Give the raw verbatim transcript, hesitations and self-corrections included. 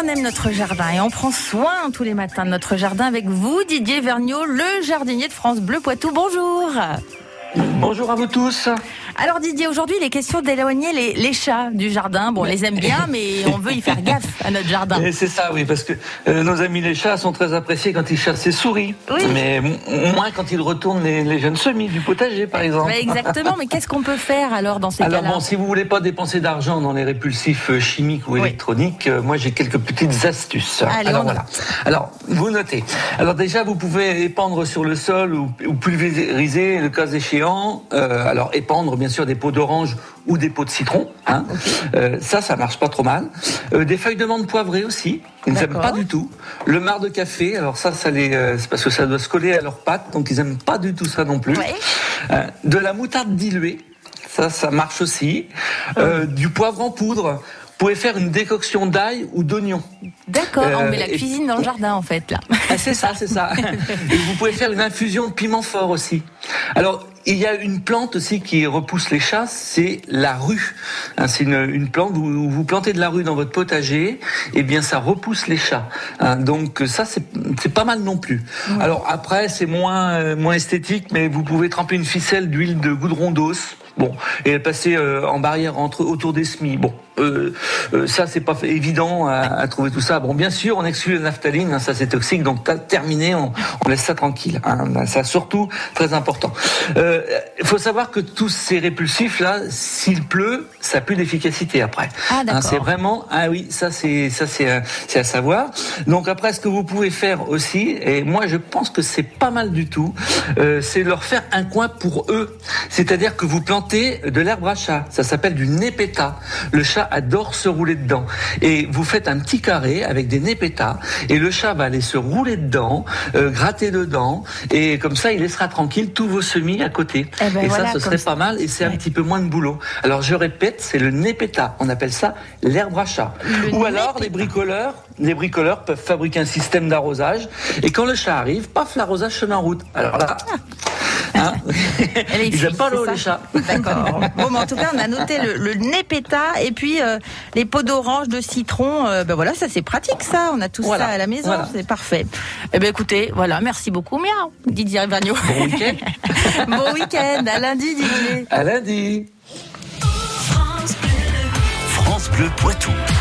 on aime notre jardin et on prend soin tous les matins de notre jardin avec vous, Didier Vergniaud, le jardinier de France Bleu Poitou. Bonjour. Bonjour à vous tous. Alors Didier, aujourd'hui il est question d'éloigner les, les chats du jardin. Bon, on les aime bien, mais on veut y faire gaffe à notre jardin. Et c'est ça, oui, parce que euh, nos amis les chats sont très appréciés quand ils chassent les souris. Oui. Mais m- moins quand ils retournent les, les jeunes semis du potager, par exemple. Bah exactement, mais qu'est-ce qu'on peut faire alors dans ces alors, cas-là? Alors bon, si vous voulez pas dépenser d'argent dans les répulsifs euh, chimiques ou oui. électroniques, euh, moi j'ai quelques petites astuces. Allez, alors on voilà. Alors, vous notez. Alors déjà, vous pouvez épandre sur le sol ou, ou pulvériser le cas échéant. Euh, alors épandre bien sûr des pots d'orange ou des pots de citron, hein. Okay. Euh, ça, ça marche pas trop mal. Euh, des feuilles de menthe poivrées aussi, ils n'aiment pas du tout. Le marc de café, alors ça, ça les, euh, c'est parce que ça doit se coller à leurs pattes, donc ils n'aiment pas du tout ça non plus. Ouais. Euh, de la moutarde diluée, ça, ça marche aussi. Euh, du poivre en poudre. Vous pouvez faire une décoction d'ail ou d'oignon. D'accord, euh, on met la cuisine et... dans le jardin en fait là. Ah, c'est ça, c'est ça. Et vous pouvez faire une infusion de piment fort aussi. Alors, il y a une plante aussi qui repousse les chats, c'est la rue. Hein, c'est une, une plante où vous plantez de la rue dans votre potager, et bien ça repousse les chats. Hein, donc ça, c'est, c'est pas mal non plus. Ouais. Alors après, c'est moins, euh, moins esthétique, mais vous pouvez tremper une ficelle d'huile de goudron d'os. Bon, et passer euh, en barrière entre autour des semis. Bon, euh, euh, ça c'est pas évident à, à trouver tout ça. Bon, bien sûr, on exclut la naphtaline, hein, ça c'est toxique, donc terminé, on, on laisse ça tranquille. Hein, ça surtout très important. Il euh, faut savoir que tous ces répulsifs là, s'il pleut, ça a plus d'efficacité après. Ah d'accord. Hein, c'est vraiment, ah oui, ça c'est ça c'est euh, c'est à savoir. Donc après, ce que vous pouvez faire aussi, et moi je pense que c'est pas mal du tout, euh, c'est leur faire un coin pour eux. C'est-à-dire que vous plantez de l'herbe à chat, ça s'appelle du népéta. Le chat adore se rouler dedans. Et vous faites un petit carré avec des népétas, et le chat va aller se rouler dedans, euh, gratter dedans, et comme ça il laissera tranquille tous vos semis à côté. Eh ben et voilà, ça, ce serait ça. Pas mal, et c'est ouais. un petit peu moins de boulot. Alors je répète, c'est le népéta. On appelle ça l'herbe à chat. Le Ou alors les bricoleurs, les bricoleurs peuvent fabriquer un système d'arrosage, et quand le chat arrive, paf, l'arrosage se met en route. Alors là. Ah. Hein ils n'aiment pas l'eau, les chats. D'accord. Bon, mais en tout cas, on a noté le, le népéta et puis euh, les pots d'orange, de citron. Euh, ben voilà, ça c'est pratique, ça. On a tout voilà. ça à la maison, voilà. C'est parfait. Eh ben écoutez, voilà, merci beaucoup, miaou, Didier Vergniaud. Bon week-end. Bon week-end. À lundi, Didier. À lundi. France Bleu, France Bleu Poitou.